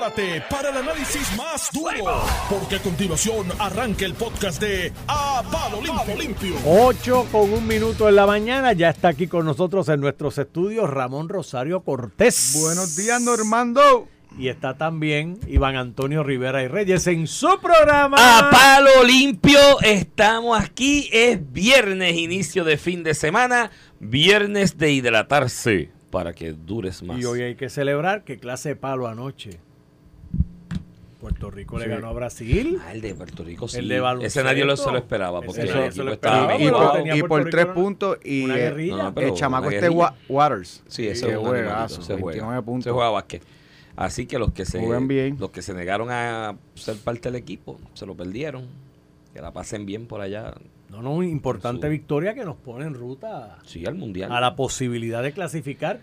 Prepárate para el análisis más duro, porque a continuación arranca el podcast de A Palo Limpio. 8:01 en la mañana, ya está aquí con nosotros en nuestros estudios Ramón Rosario Cortés. Buenos días, Normando. Y está también Iván Antonio Rivera y Reyes en su programa A Palo Limpio. Estamos aquí, es viernes, inicio de fin de semana, viernes de hidratarse para que dures más. Y hoy hay que celebrar que clase de palo anoche. Puerto Rico le ganó a Brasil. El de Puerto Rico sí. El de baloncesto. Ese nadie se lo esperaba porque Ese el no equipo se lo estaba esperaba, bien. Y por 3 puntos y una guerrilla. el chamaco una este guerrilla. Waters. Sí, ese Qué es un juegazo, animalito, se 29 juega. puntos. Se juega básquet. Así que los que se negaron a ser parte del equipo se lo perdieron. Que la pasen bien por allá. No, importante victoria que nos pone en ruta Sí, al mundial. a la posibilidad de clasificar.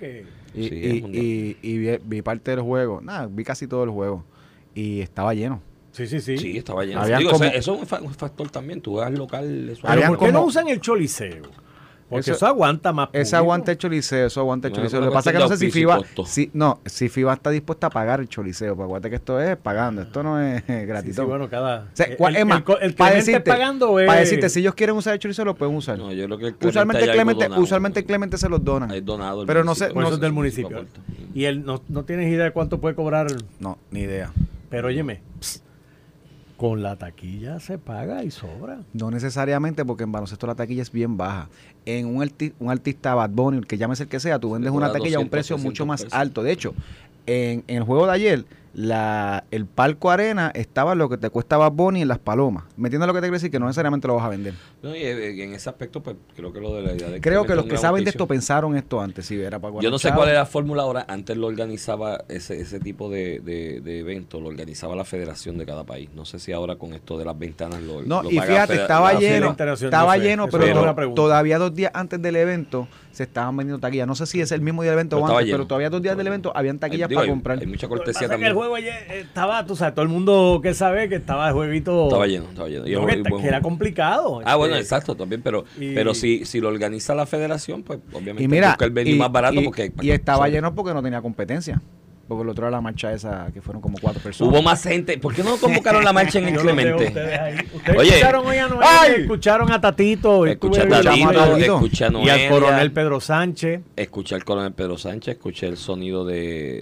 Y vi parte del juego. Vi casi todo el juego. Y estaba lleno. Sí. Sí, estaba lleno. Habían Digo, como- eso es un factor también. Tú vas al local. Eso Pero ¿por qué como- no usan el Choliseo? Porque eso aguanta más Ese público. aguanta el Choliseo, eso aguanta el No, Choliseo. es Lo que una pasa es que no sé si cuestión de FIBA, auspicio y si FIBA está dispuesta a pagar el Choliseo. Porque acuérdate que esto es pagando, esto no es gratis. Sí, bueno, cada... O sea, es más, el para Clemente decirte, pagando es... para decirte, si ellos quieren usar el Choliseo, lo pueden usar. No, yo creo que el Usualmente hay algo donado. el Clemente se los dona. Hay donado. Pero no sé- Por eso es del el municipio. aporta. Y él no tienes idea de cuánto puede cobrar. No, ni idea. Pero óyeme, con la taquilla se paga y sobra. No necesariamente, porque en baloncesto la taquilla es bien baja. En un artista Bad Bunny, que llámese el que sea, tú vendes una taquilla a un 200, precio mucho 300 más pesos. alto. De hecho, en el juego de ayer, el palco arena estaba lo que te cuesta Bad Bunny en Las Palomas. ¿Me entiendes lo que te quiero decir? Que no necesariamente lo vas a vender. No, y en ese aspecto, pues creo que lo de la idea de Creo que los metan que un saben de auspicio. esto pensaron esto antes. Si era para Yo no sé chavos. cuál era la fórmula ahora. Antes lo organizaba ese tipo de eventos, lo organizaba la federación de cada país. No sé si ahora con esto de las ventanas lo No, lo y paga fíjate, la estaba la lleno, internacional, estaba no sé, lleno, eso pero es una pregunta. todavía 2 días antes del evento se estaban vendiendo taquillas. No sé si es el mismo día del evento Pero o estaba antes, lleno. pero todavía 2 días del evento habían taquillas para comprar. Hay mucha Lo que cortesía pasa es que el también. juego ayer estaba, tú sabes, todo el mundo que sabe que estaba el jueguito... Estaba lleno. Y No, que era complicado. Bueno, exacto, también, pero si lo organiza la federación, pues obviamente Y mira, busca el venue más barato porque y estaba lleno porque no tenía competencia. Porque el otro era la marcha esa que fueron como 4 personas. hubo más gente. ¿Por qué no convocaron la marcha en el Yo los veo a Clemente? ustedes ahí. Ustedes Oye. escucharon hoy a Noelia, ¡Ay! escucharon a Tatito, Escuché a estuve- Tatito, escuché a y al Noelia, coronel Pedro Sánchez. escuché al coronel Pedro Sánchez, escuché el sonido del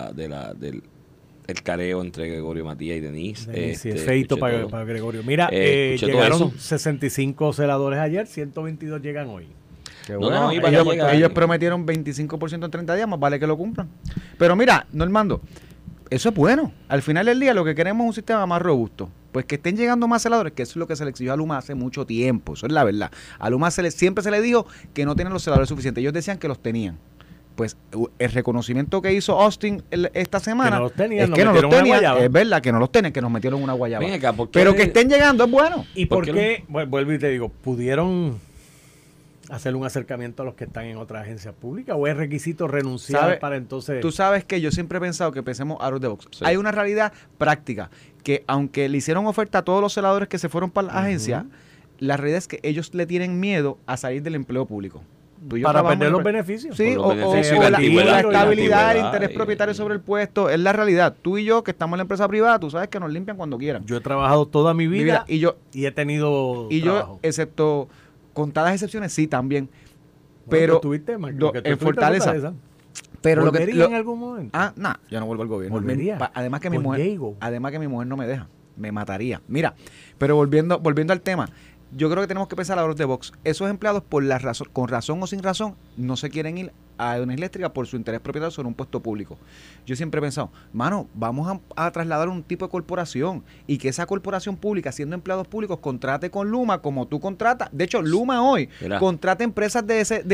el careo entre Gregorio Matías y Denise. Sí, es feito escuché todo. para Gregorio. Mira, Escuché todo llegaron eso. 65 celadores ayer, 122 llegan hoy. Qué No, bueno. no, iban a llegar. ellos prometieron 25% en 30 días, más vale que lo cumplan. Pero mira, Normando, eso es bueno. Al final del día lo que queremos es un sistema más robusto. Pues que estén llegando más celadores, que eso es lo que se le exigió a Luma hace mucho tiempo. Eso es la verdad. A Luma siempre se le dijo que no tienen los celadores suficientes. Ellos decían que los tenían. Pues el reconocimiento que hizo Austin esta semana Que no los tenían, es nos que no los metieron una tenían. guayaba. Es verdad que no los tenían, que nos metieron una guayaba. Ven acá, ¿por qué? Pero que estén llegando es bueno. ¿Y ¿Por por qué qué? Bueno, vuelvo y te digo, ¿pudieron hacer un acercamiento a los que están en otras agencias públicas o es requisito renunciar ¿Sabe? para entonces... Tú sabes que yo siempre he pensado que pensemos out of the box. Sí. Hay una realidad práctica que aunque le hicieron oferta a todos los celadores que se fueron para la agencia, la realidad es que ellos le tienen miedo a salir del empleo público. Tú y yo para trabajamos perder en los el- beneficios? Sí, Por los o beneficios y la la antigüedad, estabilidad, el y la interés antigüedad, propietario sobre el puesto, es la realidad. Tú y yo, que estamos en la empresa privada, tú sabes que nos limpian cuando quieran. Yo he trabajado toda mi Mi vida vida, y he tenido yo, trabajo. excepto contadas excepciones, sí, también. Bueno, Pero tú estuviste, Marco, lo- que tú en estuviste Fortaleza. Pero lo que ¿Volvería lo- en algún momento? yo no vuelvo al gobierno. ¿Volvería? Además que Con Diego. además que mi mujer no me deja, me mataría. Mira, pero volviendo al tema, yo creo que tenemos que pensar out of the box. Esos empleados con razón o sin razón no se quieren ir a una eléctrica por su interés propietario sobre un puesto público. Yo siempre he pensado, mano, vamos a trasladar un tipo de corporación y que esa corporación pública, siendo empleados públicos, contrate con Luma como tú contratas. De hecho, Luma hoy Mira. contrata empresas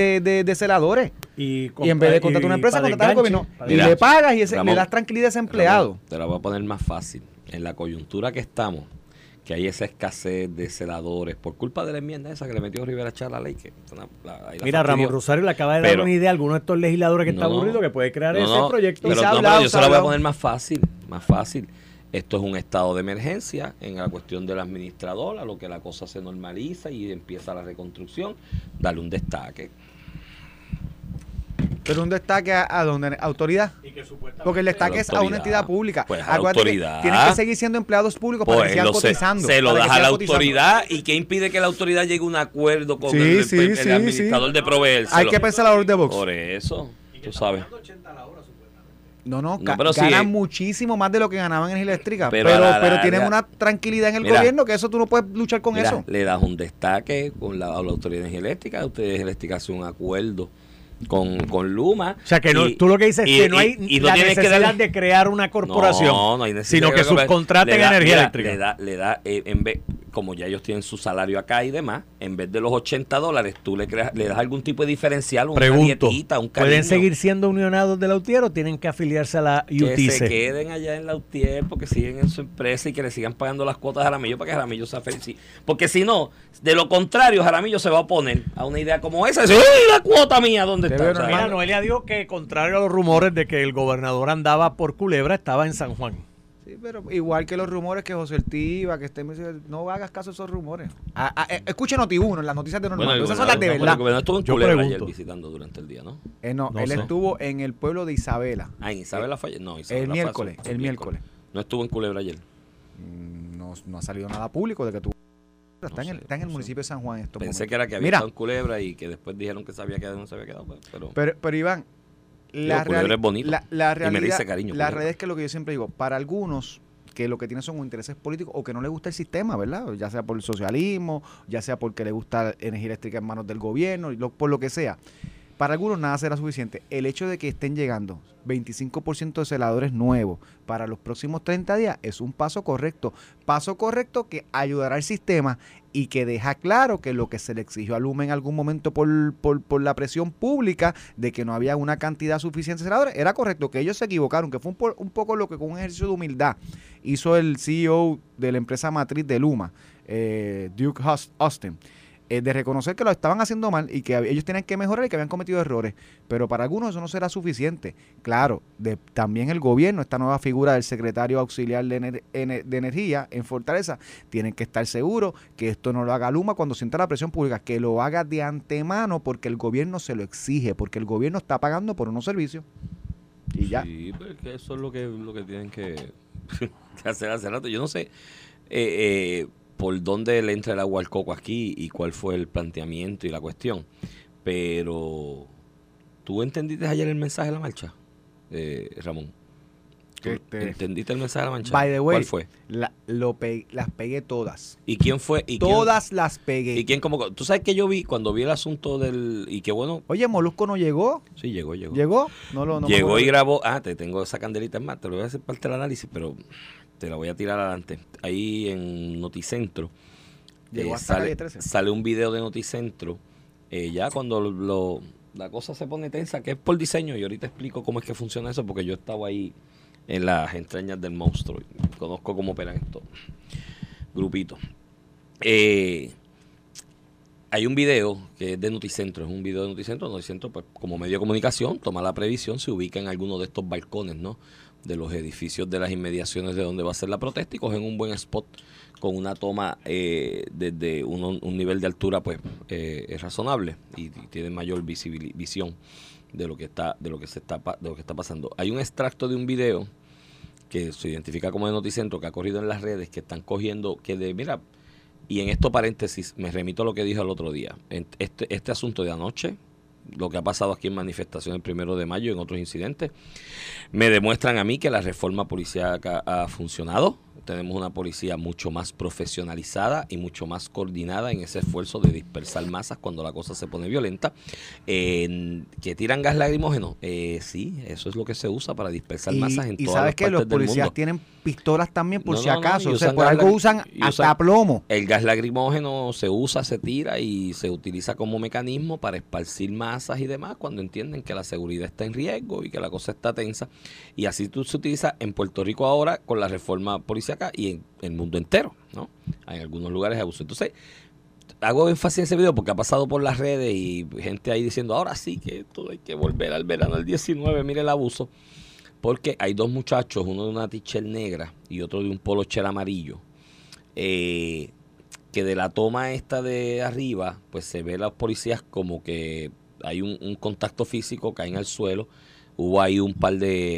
de celadores. Y En vez de contratar una empresa, contratas al gobierno. Y le pagas y le Ramón, das tranquilidad a ese empleado. Ramón, te la voy a poner más fácil. En la coyuntura que estamos, que hay esa escasez de celadores por culpa de la enmienda esa que le metió Rivera Chá a la ley. Que ahí la Mira, fastidió. Ramón Rosario le acaba de dar Pero- una idea a alguno de estos legisladores que está No, aburrido que puede crear no, ese no, proyecto. Pero, Y se ha no, hablado, pero yo se se ha la voy a hablado. poner más fácil. Esto es un estado de emergencia en la cuestión del administrador, a lo que la cosa se normaliza y empieza la reconstrucción. Dale un destaque. Pero un destaque a donde autoridad. Porque el destaque es a una entidad pública. Pues a la Acuérdate autoridad. que tienen que seguir siendo empleados públicos para que sigan cotizando. Se lo para das que a la sigan cotizando. autoridad. ¿Y qué impide que la autoridad llegue a un acuerdo con el administrador de proveérselo? Hay que pensar la orden de box. Por eso, tú sabes. No, pero ganan sí, muchísimo más de lo que ganaban en energía eléctrica. Pero Pero tienen una tranquilidad en el gobierno que eso tú no puedes luchar con eso. Le das un destaque con la Autoridad de Energía Eléctrica. La Autoridad de Energía Eléctrica hace un acuerdo con Luma. O sea, que no, tú lo que dices es que no hay no la tienes necesidad que darle, de crear una corporación, no hay necesidad sino que subcontraten energía eléctrica. Le da en vez, como ya ellos tienen su salario acá y demás, en vez de los $80, tú le das algún tipo de diferencial, una dietita, un cariño. ¿Pueden seguir siendo unionados de la UTIER o tienen que afiliarse a la UTICE? Que se queden allá en la UTIER porque siguen en su empresa y que le sigan pagando las cuotas a Jaramillo para que Jaramillo sea feliz. Porque si no, de lo contrario, Jaramillo se va a oponer a una idea como esa. ¡Uy, la cuota mía! ¿Dónde está? O sea, mira, Noelia dijo que, contrario a los rumores de que el gobernador andaba por Culebra, estaba en San Juan. Sí, pero igual que los rumores que José Ortiz, que no hagas caso a esos rumores. Escuche Noti1 en las noticias de Normal. Esas son las de verdad. El gobernador estuvo en Culebra ayer visitando durante el día, ¿no? No, él sé. estuvo en el pueblo de Isabela. En Isabela fue ayer. No, Isabela el miércoles. No estuvo en Culebra ayer. No ha salido nada público de que tuvo. Está en el municipio de San Juan en estos Pensé momentos. que era que había estado en Culebra y que después dijeron que se había quedado, no se había quedado. Pero Iván, Culebra es bonito. La realidad, y me dice cariño. La realidad es que lo que yo siempre digo, para algunos que lo que tienen son intereses políticos o que no les gusta el sistema, ¿verdad? Ya sea por el socialismo, ya sea porque les gusta energía eléctrica en manos del gobierno, por lo que sea. Para algunos nada será suficiente. El hecho de que estén llegando 25% de celadores nuevos para los próximos 30 días es un paso correcto. Paso correcto que ayudará al sistema y que deja claro que lo que se le exigió a Luma en algún momento por la presión pública de que no había una cantidad suficiente de celadores, era correcto, que ellos se equivocaron, que fue un poco lo que con un ejercicio de humildad hizo el CEO de la empresa matriz de Luma, Duke Austin. De reconocer que lo estaban haciendo mal y que ellos tenían que mejorar y que habían cometido errores. Pero para algunos eso no será suficiente. Claro, también el gobierno, esta nueva figura del secretario auxiliar de Energía en Fortaleza, tienen que estar seguros que esto no lo haga Luma cuando sienta la presión pública, que lo haga de antemano porque el gobierno se lo exige, porque el gobierno está pagando por unos servicios. Y ya. Sí, pero es que eso es lo que tienen que hacer hace rato. Yo no sé por dónde le entra el agua al coco aquí y cuál fue el planteamiento y la cuestión. Pero, ¿tú entendiste ayer el mensaje de la marcha, Ramón? ¿Entendiste el mensaje de la marcha? By the way, ¿cuál fue? Las pegué todas. ¿Y quién fue? Todas las pegué. ¿Y quién convocó? ¿Tú sabes que yo vi cuando vi el asunto del... y qué bueno... Oye, Molusco no llegó. Sí, llegó. ¿Llegó? No llegó y grabó... te tengo esa candelita en más, te lo voy a hacer parte del análisis, pero... te la voy a tirar adelante. Ahí en Noticentro sale un video de Noticentro ya cuando la cosa se pone tensa, que es por diseño, y ahorita explico cómo es que funciona eso, porque yo estaba ahí en las entrañas del monstruo y conozco cómo operan estos grupitos. Hay un video que es de Noticentro, es un video de Noticentro. Noticentro, pues, como medio de comunicación, toma la previsión, se ubica en alguno de estos balcones, ¿no?, de los edificios de las inmediaciones de donde va a ser la protesta, y cogen un buen spot con una toma desde un nivel de altura pues es razonable y tienen mayor visión de lo que está pasando. Hay un extracto de un video que se identifica como de Noticentro, que ha corrido en las redes, que están cogiendo mira, y en esto paréntesis me remito a lo que dije el otro día, este asunto de anoche, lo que ha pasado aquí en manifestaciones el 1 de mayo, en otros incidentes, me demuestran a mí que la reforma policíaca ha funcionado. Tenemos una policía mucho más profesionalizada y mucho más coordinada en ese esfuerzo de dispersar masas cuando la cosa se pone violenta. ¿Que tiran gas lacrimógeno? Sí, eso es lo que se usa para dispersar masas en todas las partes del mundo. Y sabes que los policías tienen pistolas también por si acaso, o sea, por algo usan hasta plomo. El gas lacrimógeno se usa, se tira y se utiliza como mecanismo para esparcir masas y demás cuando entienden que la seguridad está en riesgo y que la cosa está tensa. Y así se utiliza en Puerto Rico ahora con la reforma policíaca y en el mundo entero, ¿no? En algunos lugares hay abuso. Entonces, hago énfasis en ese video porque ha pasado por las redes y gente ahí diciendo, ahora sí que esto hay que volver al verano del 19, mire el abuso. Porque hay dos muchachos, uno de una t-shirt negra y otro de un polocher amarillo, que de la toma esta de arriba, pues se ve a los policías como que hay un contacto físico, caen al suelo. Hubo ahí un par de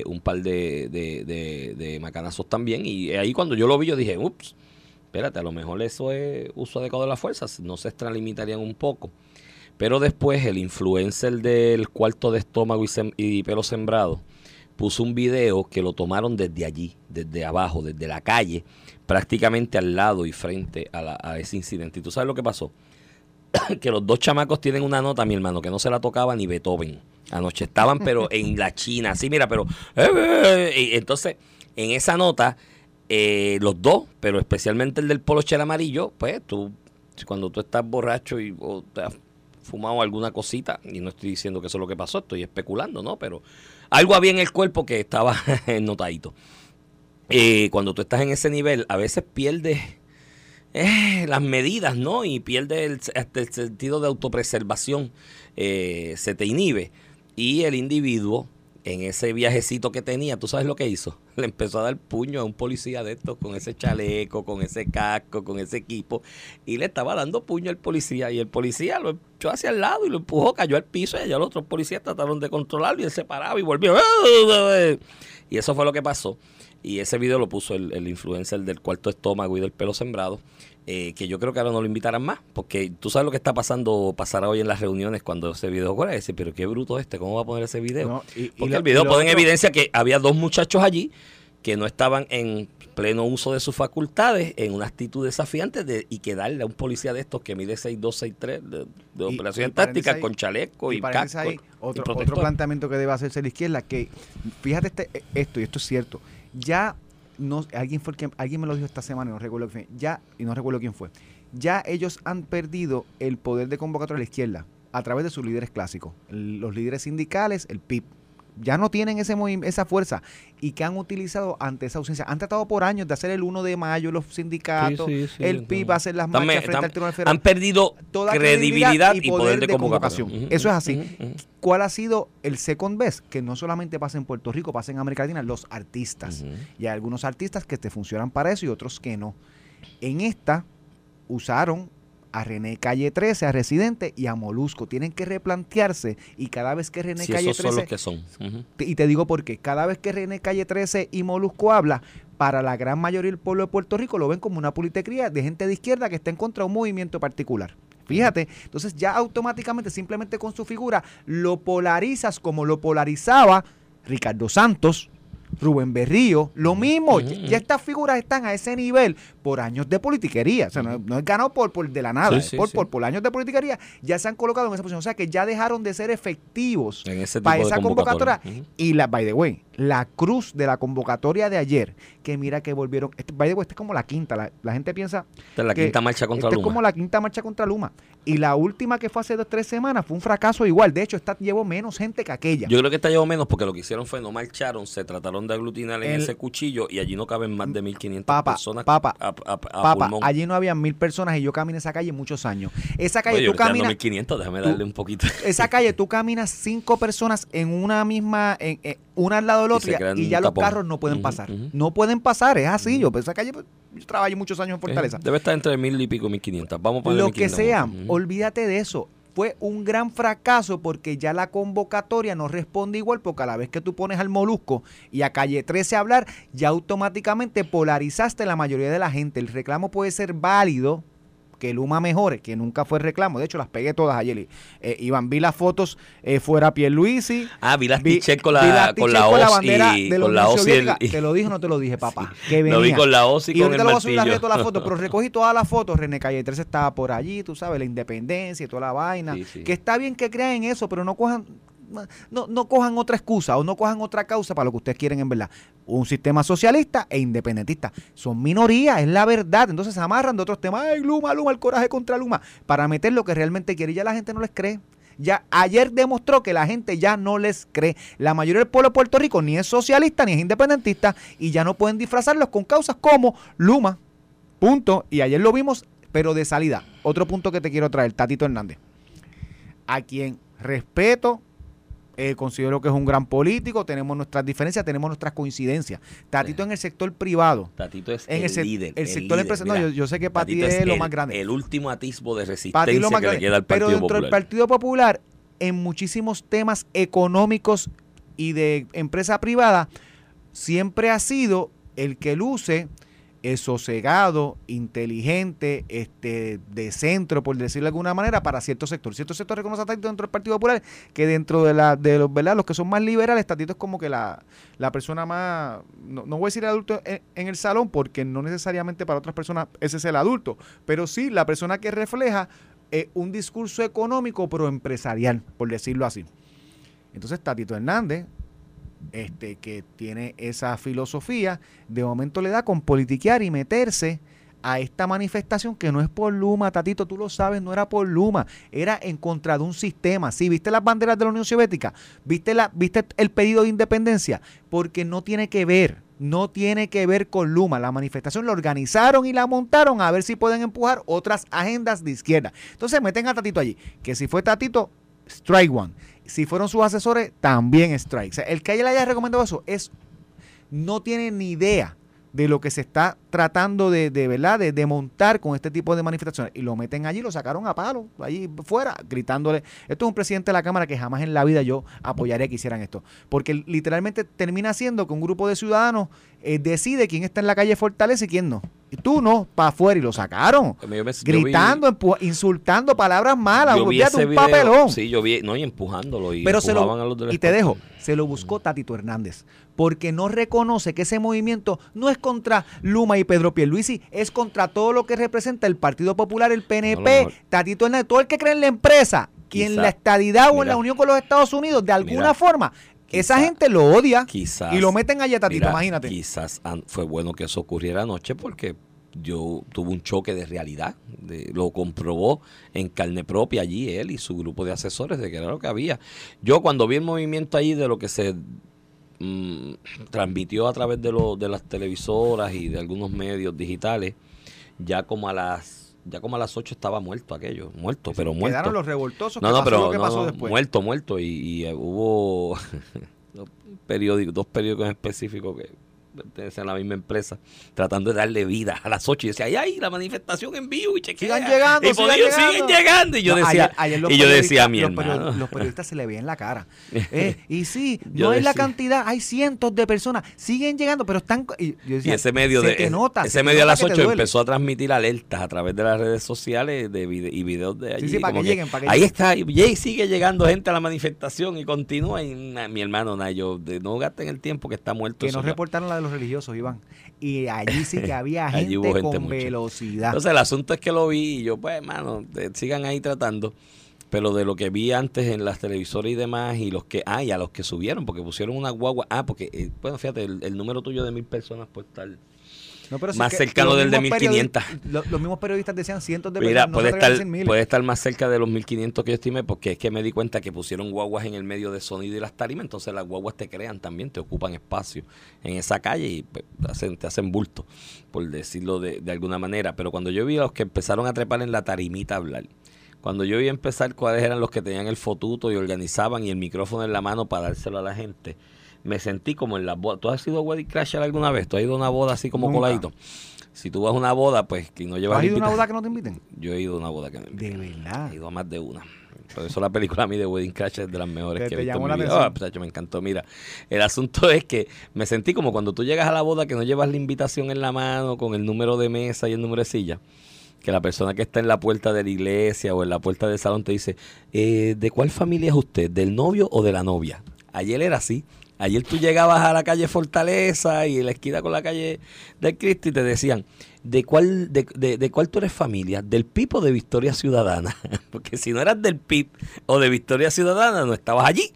macanazos también. Y ahí cuando yo lo vi, yo dije, ups, espérate, a lo mejor eso es uso adecuado de las fuerzas. No se extralimitarían un poco. Pero después el influencer del cuarto de estómago y pelo sembrado puso un video que lo tomaron desde allí, desde abajo, desde la calle, prácticamente al lado y frente a ese incidente. ¿Y tú sabes lo que pasó? Que los dos chamacos tienen una nota, mi hermano, que no se la tocaba ni Beethoven. Anoche estaban, pero en la China, así, mira, pero... y entonces, en esa nota, los dos, pero especialmente el del polocher amarillo, pues cuando tú estás borracho o te has fumado alguna cosita, y no estoy diciendo que eso es lo que pasó, estoy especulando, ¿no? Pero algo había en el cuerpo que estaba notadito. Cuando tú estás en ese nivel, a veces pierdes las medidas, ¿no? Y pierdes hasta el sentido de autopreservación, se te inhibe. Y el individuo, en ese viajecito que tenía, ¿tú sabes lo que hizo? Le empezó a dar puño a un policía de estos, con ese chaleco, con ese casco, con ese equipo, y le estaba dando puño al policía, y el policía lo echó hacia el lado y lo empujó, cayó al piso, y allá los otros policías trataron de controlarlo, y él se paraba y volvió. Y eso fue lo que pasó. Y ese video lo puso el influencer del cuarto estómago y del pelo sembrado, que yo creo que ahora no lo invitarán más, porque tú sabes lo que está pasará hoy en las reuniones cuando ese video ocurre. Decir, pero qué bruto ¿cómo va a poner ese video? No, porque el video pone en evidencia que había dos muchachos allí que no estaban en pleno uso de sus facultades, en una actitud desafiante, y que darle a un policía de estos que mide 6'2", 6'3", de operaciones tácticas, con chaleco y casco. Ahí, otro planteamiento que debe hacerse la izquierda, que fíjate esto es cierto, ya no, alguien me lo dijo esta semana, no recuerdo quién fue. Ya ellos han perdido el poder de convocatoria de la izquierda a través de sus líderes clásicos, los líderes sindicales, el PIB. Ya no tienen esa fuerza, y que han utilizado ante esa ausencia. Han tratado por años de hacer el 1 de mayo los sindicatos, el PIB va a hacer las marchas frente al Tribunal Federal. Han perdido toda credibilidad y poder de convocación. Eso es así. ¿Cuál ha sido el second best? Que no solamente pasa en Puerto Rico, pasa en América Latina, los artistas. Y hay algunos artistas que te funcionan para eso y otros que no. En esta usaron a René Calle 13, a Residente y a Molusco. Tienen que replantearse, y cada vez que René Calle 13... son los que son. Y te digo por qué. Cada vez que René Calle 13 y Molusco habla, para la gran mayoría del pueblo de Puerto Rico lo ven como una politiquería de gente de izquierda que está en contra de un movimiento particular. Fíjate, entonces ya automáticamente, simplemente con su figura, lo polarizas como lo polarizaba Ricardo Santos, Rubén Berrío, lo mismo. Ya estas figuras están a ese nivel por años de politiquería. O sea, no es ganado por de la nada, por años de politiquería. Ya se han colocado en esa posición. O sea, que ya dejaron de ser efectivos para esa convocatoria. Y by the way, la cruz de la convocatoria de ayer, que mira que volvieron, by the way, esta es como la quinta. La gente piensa esta es la quinta marcha contra Luma. Es como la quinta marcha contra Luma. Y la última, que fue hace 2 o 3 semanas, fue un fracaso igual. De hecho, esta llevó menos gente que aquella. Yo creo que esta llevó menos porque lo que hicieron fue no marcharon, se trataron de aglutinar en ese cuchillo, y allí no caben más de 1,500 personas a pulmón. Allí no había 1,000 personas, y yo caminé esa calle muchos años. Esa calle tú caminas... 1,500, déjame darle un poquito. Esa calle tú caminas 5 personas en una misma... una al lado del otro, y ya los carros no pueden pasar. No pueden pasar, es así. Yo, esa calle, yo trabajé muchos años en Fortaleza. Debe estar entre 1,000 y pico, 1,500. Vamos a poner lo que sea, olvídate de eso. Fue un gran fracaso, porque ya la convocatoria no responde igual, porque a la vez que tú pones al Molusco y a Calle 13 a hablar, ya automáticamente polarizaste la mayoría de la gente. El reclamo puede ser válido, que Luma mejore, que nunca fue reclamo. De hecho, las pegué todas ayer. Iván, vi las fotos fuera Pierluisi. Vi las t-shirts con la bandera de la Unión Soviética. ¿Te lo dije o no te lo dije, papá? Sí. Que venía. Lo vi con la OSI y con el martillo. Y ahorita lo voy a subir todas las fotos, pero recogí todas las fotos. René Calle 13 estaba por allí, tú sabes, la independencia y toda la vaina. Que está bien que crean en eso, pero no cojan otra excusa o no cojan otra causa para lo que ustedes quieren en verdad. Un sistema socialista e independentista. Son minorías, es la verdad. Entonces se amarran de otros temas. ¡Ay, Luma, el coraje contra Luma! Para meter lo que realmente quiere. Y ya la gente no les cree. Ya ayer demostró que la gente ya no les cree. La mayoría del pueblo de Puerto Rico ni es socialista ni es independentista, y ya no pueden disfrazarlos con causas como Luma. Punto. Y ayer lo vimos, pero de salida. Otro punto que te quiero traer, Tatito Hernández, a quien respeto. Considero que es un gran político, tenemos nuestras diferencias, tenemos nuestras coincidencias. Tatito en el sector privado. Tatito es el líder. El sector empresarial. Yo sé que Pati es lo más grande. El último atisbo de resistencia que le queda al Partido Popular. Pero dentro del Partido Popular, en muchísimos temas económicos y de empresa privada, siempre ha sido el que luce sosegado, inteligente, de centro, por decirlo de alguna manera, para ciertos sectores. Ciertos sectores reconoce a Tatito dentro del Partido Popular, que dentro de los, ¿verdad?, los que son más liberales, Tatito es como que la persona más, no voy a decir el adulto en el salón, porque no necesariamente para otras personas ese es el adulto, pero sí la persona que refleja un discurso económico pero empresarial, por decirlo así. Entonces Tatito Hernández, que tiene esa filosofía, de momento le da con politiquear y meterse a esta manifestación que no es por Luma, Tatito, tú lo sabes, no era por Luma, era en contra de un sistema. Sí, ¿viste las banderas de la Unión Soviética? ¿Viste el pedido de independencia? Porque no tiene que ver con Luma. La manifestación la organizaron y la montaron a ver si pueden empujar otras agendas de izquierda. Entonces meten a Tatito allí, que si fue Tatito, strike one. Si fueron sus asesores, también strike. O sea, el que ella le haya recomendado eso no tiene ni idea de lo que se está tratando de montar con este tipo de manifestaciones. Y lo meten allí, lo sacaron a palo, allí fuera, gritándole. Esto es un presidente de la Cámara que jamás en la vida yo apoyaría que hicieran esto. Porque literalmente termina siendo que un grupo de ciudadanos decide quién está en la calle Fortaleza y quién no. Y tú no, para afuera, y lo sacaron. Gritando, insultando, palabras malas, yo vi ese un video, papelón. Sí, yo vi, no, y empujándolo, y pero empujaban a los de la y te dejo, se lo buscó Tatito Hernández, porque no reconoce que ese movimiento no es contra Luma y Pedro Pierluisi, es contra todo lo que representa el Partido Popular, el PNP, Tatito Hernández, todo el que cree en la empresa, y en la estadidad o en la unión con los Estados Unidos, de alguna forma. Esa gente lo odia y lo meten allá, Tatito, imagínate. Quizás fue bueno que eso ocurriera anoche porque yo tuve un choque de realidad, lo comprobó en carne propia allí él y su grupo de asesores de que era lo que había. Yo cuando vi el movimiento allí de lo que se transmitió a través de las televisoras y de algunos medios digitales, ya como a las 8 estaba muerto aquello, muerto. Quedaron los revoltosos, pero pasó después. Muerto, y hubo dos periódicos en específico que pertenecen a la misma empresa, tratando de darle vida a las 8, y decía, ay, la manifestación en vivo, y chequea. Siguen llegando. Y yo decía, mi hermano. Los periodistas se le veían la cara. Y sí, no es la cantidad, hay cientos de personas, siguen llegando, pero están... Y ese medio a las 8 empezó a transmitir alertas a través de las redes sociales y videos de allí. Sí, para que lleguen. Ahí está, y sigue llegando gente a la manifestación y continúa, y mi hermano, no gasten el tiempo que está muerto. Que no reportaron la de los religiosos, Iván. Y allí sí que había gente con velocidad. Entonces el asunto es que lo vi y yo, pues, hermano, sigan ahí tratando. Pero de lo que vi antes en las televisoras y demás, y y a los que subieron, porque pusieron una guagua. Porque, bueno, fíjate, el número tuyo de 1,000 personas puede estar más cercano del de 1,500. Los mismos periodistas decían cientos de personas. Mira, puede estar más cerca de los 1,500 que yo estimé, porque es que me di cuenta que pusieron guaguas en el medio de sonido y las tarimas, entonces las guaguas te crean también, te ocupan espacio en esa calle y pues, te hacen bulto, por decirlo de alguna manera. Pero cuando yo vi a los que empezaron a trepar en la tarimita a hablar, cuando yo vi empezar cuáles eran los que tenían el fotuto y organizaban y el micrófono en la mano para dárselo a la gente, me sentí como en las bodas. ¿Tú has ido a Wedding Crasher alguna vez? ¿Tú has ido a una boda así como Nunca. Coladito? Si tú vas a una boda, pues que no llevas... ¿Has ido a una boda que no te inviten? Yo he ido a una boda que no me inviten. ¿De verdad? He ido a más de una. Por eso la película a mí de Wedding Crasher es de las mejores que he visto en mi vida. Me encantó. Mira, el asunto es que me sentí como cuando tú llegas a la boda que no llevas la invitación en la mano con el número de mesa y el número de silla, que la persona que está en la puerta de la iglesia o en la puerta del salón te dice, ¿de cuál familia es usted? ¿Del novio o de la novia? Ayer era así. Ayer tú llegabas a la calle Fortaleza y en la esquina con la calle del Cristo y te decían, ¿de cuál tú eres familia? ¿Del PIB o de Victoria Ciudadana? Porque si no eras del PIB o de Victoria Ciudadana, no estabas allí.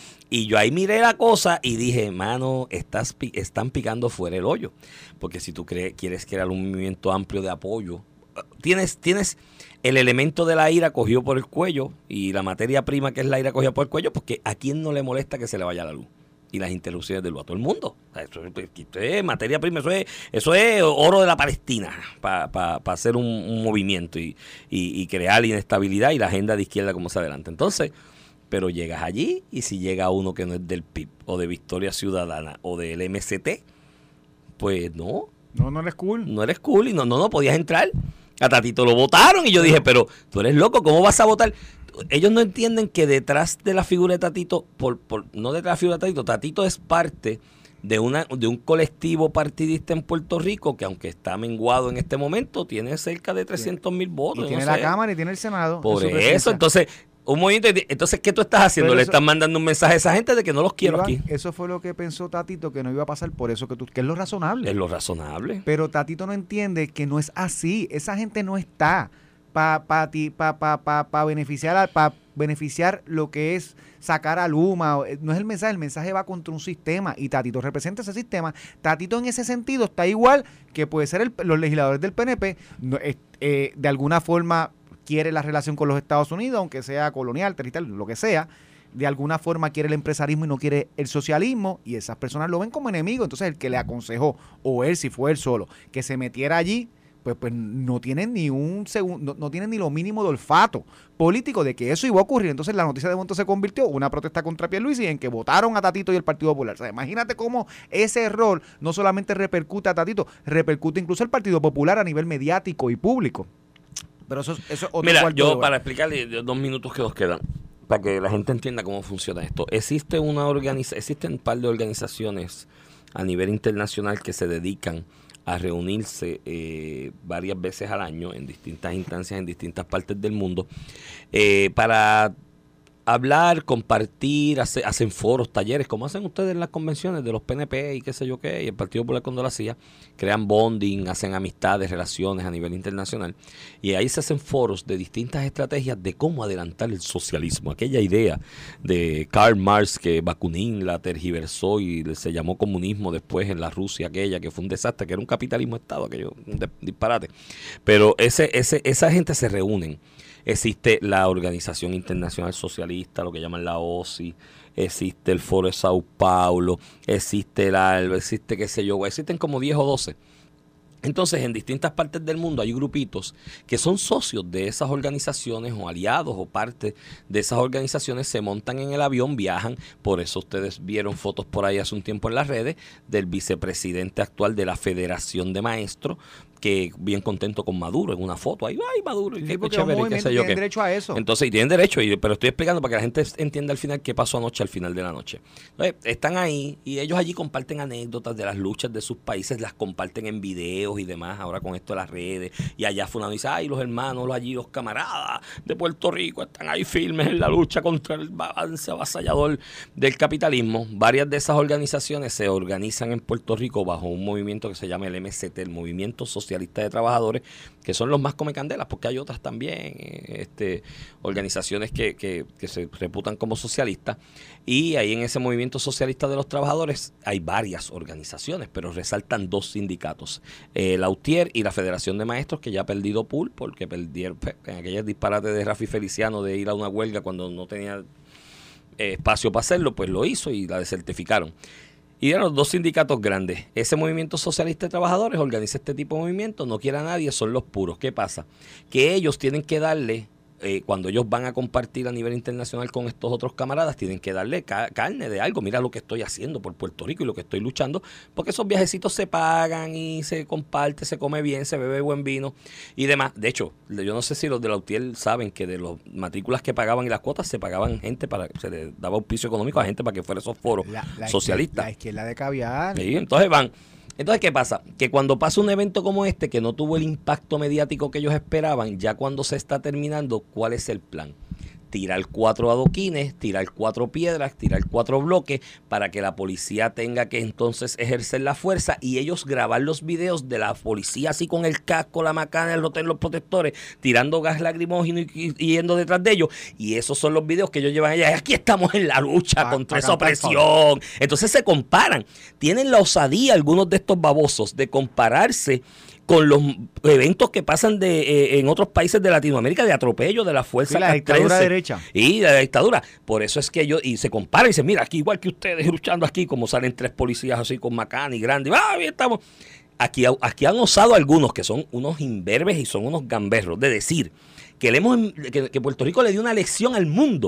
Y yo ahí miré la cosa y dije, mano, están picando fuera el hoyo. Porque si tú quieres crear un movimiento amplio de apoyo, tienes el elemento de la ira cogido por el cuello y la materia prima que es la ira cogida por el cuello, porque ¿a quién no le molesta que se le vaya la luz? Y las interrupciones de luz a todo el mundo. Eso es materia prima, eso es oro de la Palestina para hacer un movimiento y crear inestabilidad y la agenda de izquierda como se adelanta. Entonces, pero llegas allí y si llega uno que no es del PIB o de Victoria Ciudadana o del MST, pues no. No eres cool. No eres cool y no podías entrar. A Tatito lo votaron y yo dije, pero tú eres loco, ¿cómo vas a votar? ellos no entienden que detrás de la figura de Tatito, no detrás de la figura de Tatito, Tatito es parte de un colectivo partidista en Puerto Rico que, aunque está menguado en este momento, tiene cerca de 300,000 votos. Y tiene la Cámara y tiene el Senado. Por eso, entonces, un movimiento. Entonces, ¿qué tú estás haciendo? Le estás mandando un mensaje a esa gente de que no los quiero, Iván, aquí. Eso fue lo que pensó Tatito, que no iba a pasar, por eso que es lo razonable. Es lo razonable. Pero Tatito no entiende que no es así. Esa gente no está para beneficiar lo que es sacar a Luma. No es el mensaje va contra un sistema y Tatito representa ese sistema. Tatito en ese sentido está igual que puede ser los legisladores del PNP, de alguna forma quiere la relación con los Estados Unidos, aunque sea colonial, territorial, lo que sea. De alguna forma quiere el empresarismo y no quiere el socialismo, y esas personas lo ven como enemigo. Entonces el que le aconsejó, o él si fue él solo, que se metiera allí, pues no tienen ni un segundo, no tienen ni lo mínimo de olfato político de que eso iba a ocurrir. Entonces la noticia de momento se convirtió en una protesta contra Pierluisi en que votaron a Tatito y el Partido Popular. O sea, imagínate cómo ese error no solamente repercute a Tatito, repercute incluso al Partido Popular a nivel mediático y público. Pero eso es otro. Mira, yo para explicarle 2 minutos que nos quedan, para que la gente entienda cómo funciona esto. Existen un par de organizaciones a nivel internacional que se dedican a reunirse varias veces al año en distintas instancias en distintas partes del mundo para hablar, compartir, hacen foros, talleres, como hacen ustedes en las convenciones de los PNP y qué sé yo qué, y el Partido Popular cuando lo hacía, crean bonding, hacen amistades, relaciones a nivel internacional, y ahí se hacen foros de distintas estrategias de cómo adelantar el socialismo, aquella idea de Karl Marx que Bakunin la tergiversó y se llamó comunismo después en la Rusia aquella, que fue un desastre, que era un capitalismo de Estado, aquello, un disparate, pero esa gente se reúnen. Existe la Organización Internacional Socialista, lo que llaman la OSI, existe el Foro de Sao Paulo, existe qué sé yo, existen como 10 o 12. Entonces, en distintas partes del mundo hay grupitos que son socios de esas organizaciones o aliados o parte de esas organizaciones, se montan en el avión, viajan. Por eso ustedes vieron fotos por ahí hace un tiempo en las redes del vicepresidente actual de la Federación de Maestros, que bien contento con Maduro en una foto. Ahí, ¡ay, Maduro! Sí, qué chévere, qué sé yo. Tienen derecho a eso. Entonces, y tienen derecho, pero estoy explicando para que la gente entienda al final qué pasó anoche, al final de la noche. Entonces, están ahí y ellos allí comparten anécdotas de las luchas de sus países, las comparten en videos y demás, ahora con esto de las redes. Y allá fulano dice, ¡ay, los hermanos, los camaradas de Puerto Rico están ahí firmes en la lucha contra el avance avasallador del capitalismo! Varias de esas organizaciones se organizan en Puerto Rico bajo un movimiento que se llama el MST, el Movimiento Socialista de Trabajadores, que son los más comecandelas, porque hay otras también, organizaciones que se reputan como socialistas, y ahí en ese movimiento socialista de los trabajadores hay varias organizaciones, pero resaltan 2 sindicatos, la UTIER y la Federación de Maestros, que ya ha perdido pool, porque perdieron en aquellos disparates de Rafi Feliciano de ir a una huelga cuando no tenía espacio para hacerlo, pues lo hizo y la desertificaron. Y eran los 2 sindicatos grandes. Ese movimiento socialista de trabajadores organiza este tipo de movimientos, no quiere a nadie, son los puros. ¿Qué pasa? Que ellos tienen que darle, cuando ellos van a compartir a nivel internacional con estos otros camaradas, tienen que darle carne de algo. Mira lo que estoy haciendo por Puerto Rico y lo que estoy luchando, porque esos viajecitos se pagan y se comparte, se come bien, se bebe buen vino y demás. De hecho, yo no sé si los de la UTIER saben que de las matrículas que pagaban y las cuotas se pagaban gente se le daba auspicio económico a gente para que fuera esos foros socialistas. La izquierda de caviar. Sí, entonces van. Entonces, ¿qué pasa? Que cuando pasa un evento como este, que no tuvo el impacto mediático que ellos esperaban, ya cuando se está terminando, ¿cuál es el plan? Tirar 4 adoquines, tirar 4 piedras, tirar 4 bloques para que la policía tenga que entonces ejercer la fuerza y ellos grabar los videos de la policía así con el casco, la macana, los protectores, tirando gas lacrimógeno y yendo detrás de ellos. Y esos son los videos que ellos llevan allá. Aquí estamos en la lucha contra esa opresión. Entonces se comparan. Tienen la osadía algunos de estos babosos de compararse con los eventos que pasan en otros países de Latinoamérica, de atropello de la fuerza la dictadura derecha. Y de la dictadura. Por eso es que ellos, y se comparan y dicen, mira, aquí igual que ustedes luchando aquí, como salen 3 policías así con macana y grande, bien estamos. Aquí han osado algunos que son unos imberbes y son unos gamberros de decir que Puerto Rico le dio una lección al mundo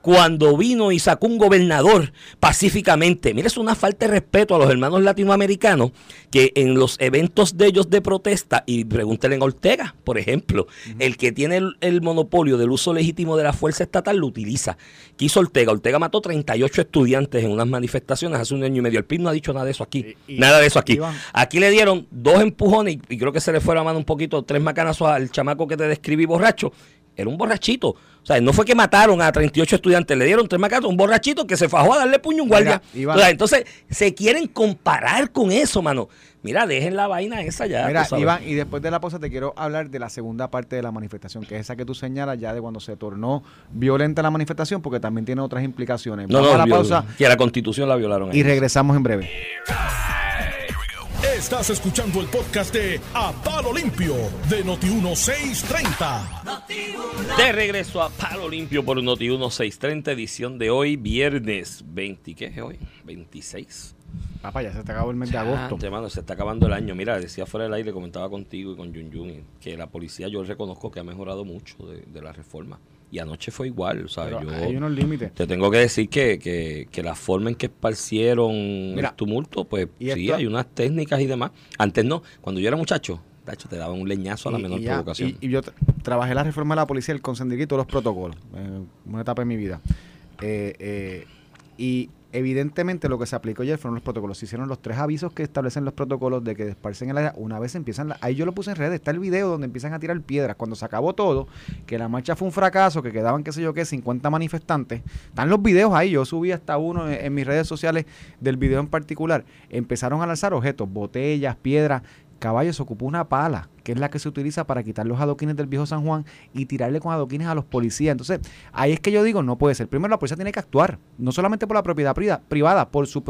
cuando vino y sacó un gobernador pacíficamente. Mira, es una falta de respeto a los hermanos latinoamericanos que en los eventos de ellos de protesta, y pregúntenle a Ortega, por ejemplo, el que tiene el monopolio del uso legítimo de la fuerza estatal lo utiliza. ¿Qué hizo Ortega? Ortega mató 38 estudiantes en unas manifestaciones hace 1 año y medio. El PIB no ha dicho nada de eso aquí. Nada de eso aquí. Aquí le dieron 2 empujones y creo que se le fue la mano un poquito, 3 macanazos al chamaco que te describí borracho. Era un borrachito. O sea, no fue que mataron a 38 estudiantes, le dieron 3 macanazos, un borrachito que se fajó a darle puño a un guardia. Mira, o sea, entonces, se quieren comparar con eso, mano. Mira, dejen la vaina esa ya. Mira, Iván, y después de la pausa te quiero hablar de la segunda parte de la manifestación, que es esa que tú señalas ya de cuando se tornó violenta la manifestación, porque también tiene otras implicaciones. Vamos a la pausa. Que la Constitución la violaron. Y regresamos en breve. Estás escuchando el podcast de A Palo Limpio de Noti1630. De regreso a Palo Limpio por Noti1630, edición de hoy, viernes 20, ¿qué es hoy? 26. Papá, ya se te acabó el mes de agosto. Hermano, se está acabando el año. Mira, decía fuera del aire, comentaba contigo y con Yun que la policía, yo reconozco que ha mejorado mucho de la reforma. Y anoche fue igual, ¿sabes? Hay unos límites. Te tengo que decir que la forma en que esparcieron el tumulto, pues sí, hay unas técnicas y demás. Antes no, cuando yo era mucho, de hecho, te daban un leñazo a la menor provocación. Y yo trabajé la reforma de la policía, el Consendiguí y todos los protocolos. Una etapa en mi vida. Y evidentemente lo que se aplicó ayer fueron los protocolos. Se hicieron los 3 avisos que establecen los protocolos de que desparcen el área. Una vez empiezan, ahí yo lo puse en redes, está el video donde empiezan a tirar piedras. Cuando se acabó todo, que la marcha fue un fracaso, que quedaban, qué sé yo qué, 50 manifestantes. Están los videos ahí, yo subí hasta uno en mis redes sociales del video en particular. Empezaron a lanzar objetos, botellas, piedras. Caballo, se ocupó una pala, que es la que se utiliza para quitar los adoquines del viejo San Juan y tirarle con adoquines a los policías. Entonces, ahí es que yo digo, no puede ser. Primero, la policía tiene que actuar, no solamente por la propiedad privada, por su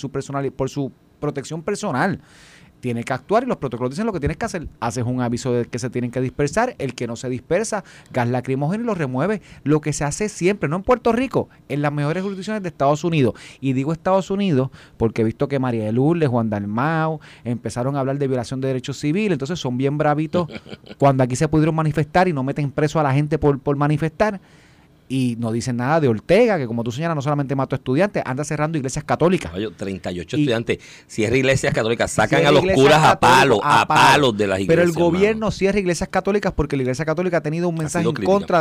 protección personal. Tiene que actuar y los protocolos dicen lo que tienes que hacer. Haces un aviso de que se tienen que dispersar, el que no se dispersa, gas lacrimógeno y lo remueve. Lo que se hace siempre, no en Puerto Rico, en las mejores jurisdicciones de Estados Unidos. Y digo Estados Unidos porque he visto que María de Lourdes, Juan Dalmau empezaron a hablar de violación de derechos civiles, entonces son bien bravitos cuando aquí se pudieron manifestar y no meten preso a la gente por manifestar. Y no dicen nada de Ortega, que como tú señalas, no solamente mató estudiantes, anda cerrando iglesias católicas. Oye, 38 estudiantes, cierra iglesias católicas, sacan a los curas a palos de las iglesias. Pero el gobierno cierra iglesias católicas porque la iglesia católica ha tenido un mensaje en contra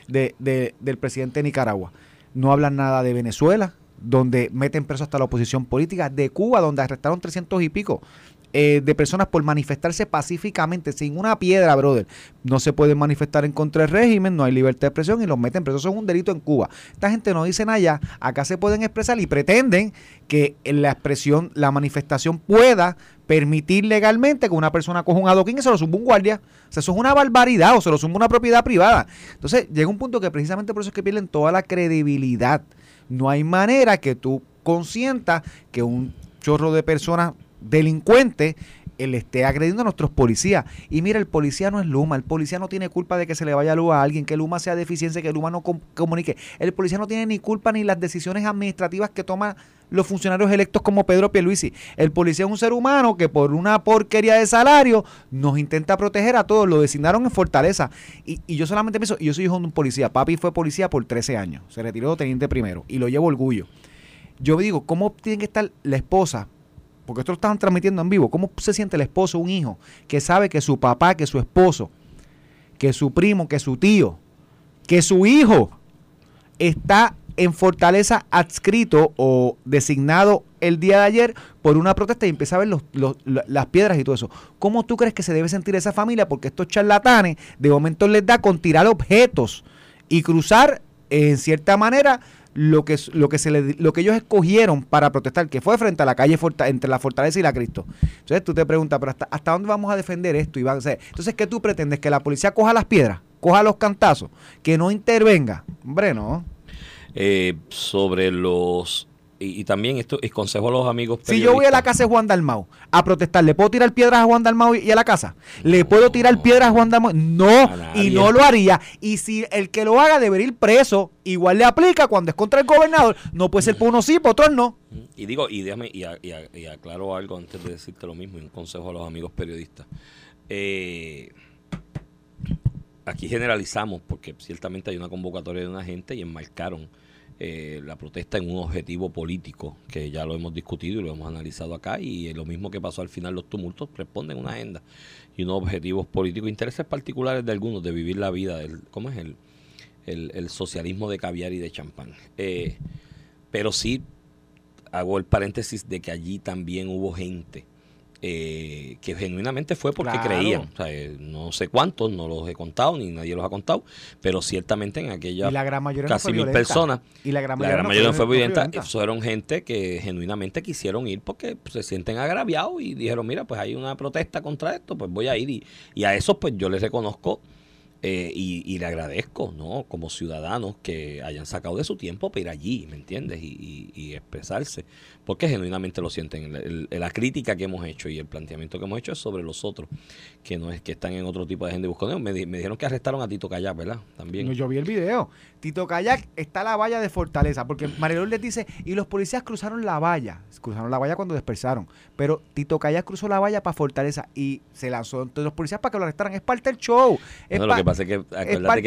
del presidente de Nicaragua. No hablan nada de Venezuela, donde meten preso hasta la oposición política, de Cuba, donde arrestaron 300 y pico de personas por manifestarse pacíficamente, sin una piedra, brother. No se pueden manifestar en contra del régimen, no hay libertad de expresión y los meten presos. Eso es un delito en Cuba. Esta gente no dice nada ya, acá se pueden expresar y pretenden que la expresión, la manifestación pueda permitir legalmente que una persona coja un adoquín y se lo zumba un guardia. O sea, eso es una barbaridad, o se lo zumba una propiedad privada. Entonces, llega un punto que precisamente por eso es que pierden toda la credibilidad. No hay manera que tú consientas que un chorro de personas delincuentes le esté agrediendo a nuestros policías. Y mira, el policía no es Luma, el policía no tiene culpa de que se le vaya luz a alguien, que Luma sea deficiencia, que Luma no comunique. El policía no tiene ni culpa ni las decisiones administrativas que toman los funcionarios electos como Pedro Pierluisi. El policía es un ser humano que por una porquería de salario nos intenta proteger a todos. Lo designaron en Fortaleza. Y yo solamente pienso, yo soy hijo de un policía. Papi fue policía por 13 años. Se retiró de teniente primero y lo llevo orgullo. Yo digo, ¿cómo tiene que estar la esposa? Porque esto lo estaban transmitiendo en vivo. ¿Cómo se siente el esposo, un hijo, que sabe que su papá, que su esposo, que su primo, que su tío, que su hijo está en Fortaleza adscrito o designado el día de ayer por una protesta y empieza a ver las piedras y todo eso? ¿Cómo tú crees que se debe sentir esa familia? Porque estos charlatanes de momento les da con tirar objetos y cruzar en cierta manera lo que ellos escogieron para protestar, que fue frente a la calle entre la Fortaleza y la Cristo. Entonces tú te preguntas, ¿pero hasta dónde vamos a defender esto, Iván? O sea, entonces, ¿qué tú pretendes? ¿Que la policía coja las piedras? ¿Coja los cantazos? ¿Que no intervenga? Hombre, no. Sobre los... Y también esto es consejo a los amigos periodistas. Si yo voy a la casa de Juan Dalmau a protestar, ¿le puedo tirar piedras a Juan Dalmau y a la casa? ¿Le puedo tirar piedras a Juan Dalmau? No, y no lo haría. Y si el que lo haga debería ir preso, igual le aplica cuando es contra el gobernador. No puede ser por unos sí, por otros no. Y digo, y déjame, y aclaro algo antes de decirte lo mismo, y un consejo a los amigos periodistas. Aquí generalizamos, porque ciertamente hay una convocatoria de una gente y enmarcaron la protesta en un objetivo político, que ya lo hemos discutido y lo hemos analizado acá, y lo mismo que pasó al final, los tumultos responden a una agenda y unos objetivos políticos, intereses particulares de algunos, de vivir la vida, ¿cómo es el socialismo de caviar y de champán? Pero sí hago el paréntesis de que allí también hubo gente que genuinamente fue porque creían. O sea, no sé cuántos, no los he contado, ni nadie los ha contado, pero ciertamente en aquella casi 1000 personas, y la gran mayoría no fue violenta. Fueron gente que genuinamente quisieron ir porque se sienten agraviados y dijeron, mira, pues hay una protesta contra esto, pues voy a ir. Y a esos pues yo les reconozco y le agradezco, ¿no? Como ciudadanos que hayan sacado de su tiempo para ir allí, ¿me entiendes? Y expresarse, porque genuinamente lo sienten. La crítica que hemos hecho y el planteamiento que hemos hecho es sobre los otros, que no es que están en otro tipo de agenda de busconeo. Me dijeron que arrestaron a Tito Kayak, ¿verdad? También. No, yo vi el video. Tito Kayak está a la valla de Fortaleza, porque Marilón les dice, y los policías cruzaron la valla cuando dispersaron, pero Tito Kayak cruzó la valla para Fortaleza y se lanzó entre los policías para que lo arrestaran. Es parte del show. Lo que pasa es que acuérdate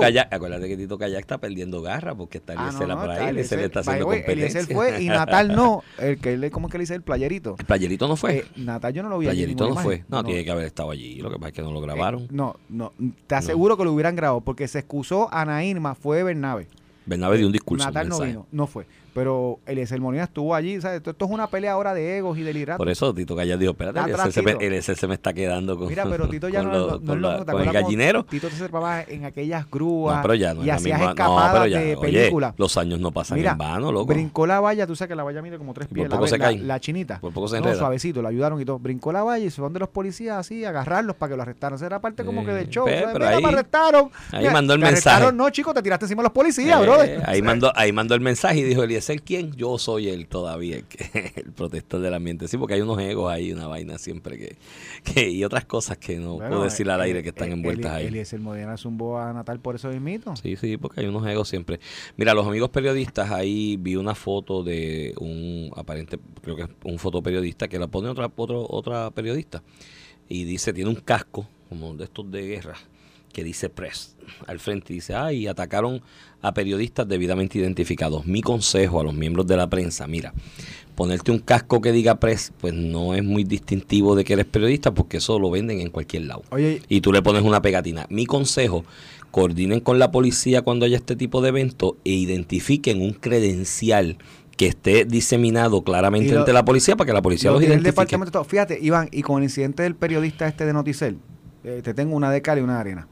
que Tito Kayak está perdiendo garra porque está Eliezer por ahí, Eliezer le está haciendo competencia. Eliezer fue y Natal no, ¿cómo es que le dice el playerito? ¿El playerito no fue? Natal yo no lo vi. Playerito no fue. No, tiene que haber estado allí, lo que pasa es que no lo grabaron. No, te aseguro que lo hubieran grabado porque se excusó Ana Irma, fue Bernabe. Bernabe dio un discurso. Natal no vino, no fue. Pero Eliezer Molina estuvo allí, ¿sabes? Esto es una pelea ahora de egos y de liderato. Por eso Tito Kayak dijo, espérate, Eliezer se me está quedando con, mira, pero Tito ya con el gallinero. Tito se trepaba en aquellas grúas y hacías escapadas de películas. Los años no pasan en vano, loco. Brincó la valla, tú sabes que la valla mide como 3 pies. Por poco se cae. La chinita. Por poco se enreda. Suavecito, lo ayudaron y todo. Brincó la valla y se van de los policías así a agarrarlos para que lo arrestaran. Esa era parte como que del show. Pero ahí, me arrestaron. Ahí mandó el mensaje. No, chico, te tiraste encima de los policías, brother. Ahí mandó el mensaje y dijo, Eliezer, ¿quién? Yo soy él todavía, el protector del ambiente. Sí, porque hay unos egos ahí, una vaina siempre que y otras cosas que no puedo decir al aire que están envueltas ahí. Eliezer Molina zumbó a Natal por eso mismito. Sí, porque hay unos egos siempre. Mira, los amigos periodistas, ahí vi una foto de un aparente, creo que es un fotoperiodista, que la pone otra periodista, y dice, tiene un casco, como de estos de guerra, que dice Press al frente, dice, y atacaron a periodistas debidamente identificados. Mi consejo a los miembros de la prensa, mira, ponerte un casco que diga Press, pues no es muy distintivo de que eres periodista, porque eso lo venden en cualquier lado. Oye, y tú le pones una pegatina. Mi consejo, coordinen con la policía cuando haya este tipo de evento e identifiquen un credencial que esté diseminado claramente entre la policía para que la policía los identifique. Fíjate, Iván, y con el incidente del periodista de Noticel, te tengo una de cal y una de arena.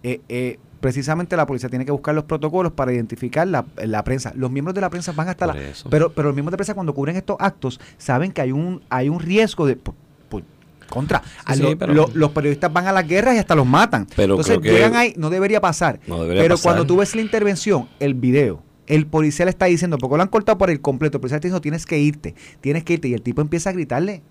Precisamente la policía tiene que buscar los protocolos para identificar la prensa. Los miembros de la prensa van hasta pero los miembros de prensa cuando cubren estos actos saben que hay un riesgo de contra. Los periodistas van a las guerras y hasta los matan. Pero entonces llegan ahí, no debería pasar. Cuando tú ves la intervención, el video, el policía le está diciendo, porque lo han cortado por el completo, el policía está diciendo, tienes que irte, y el tipo empieza a gritarle,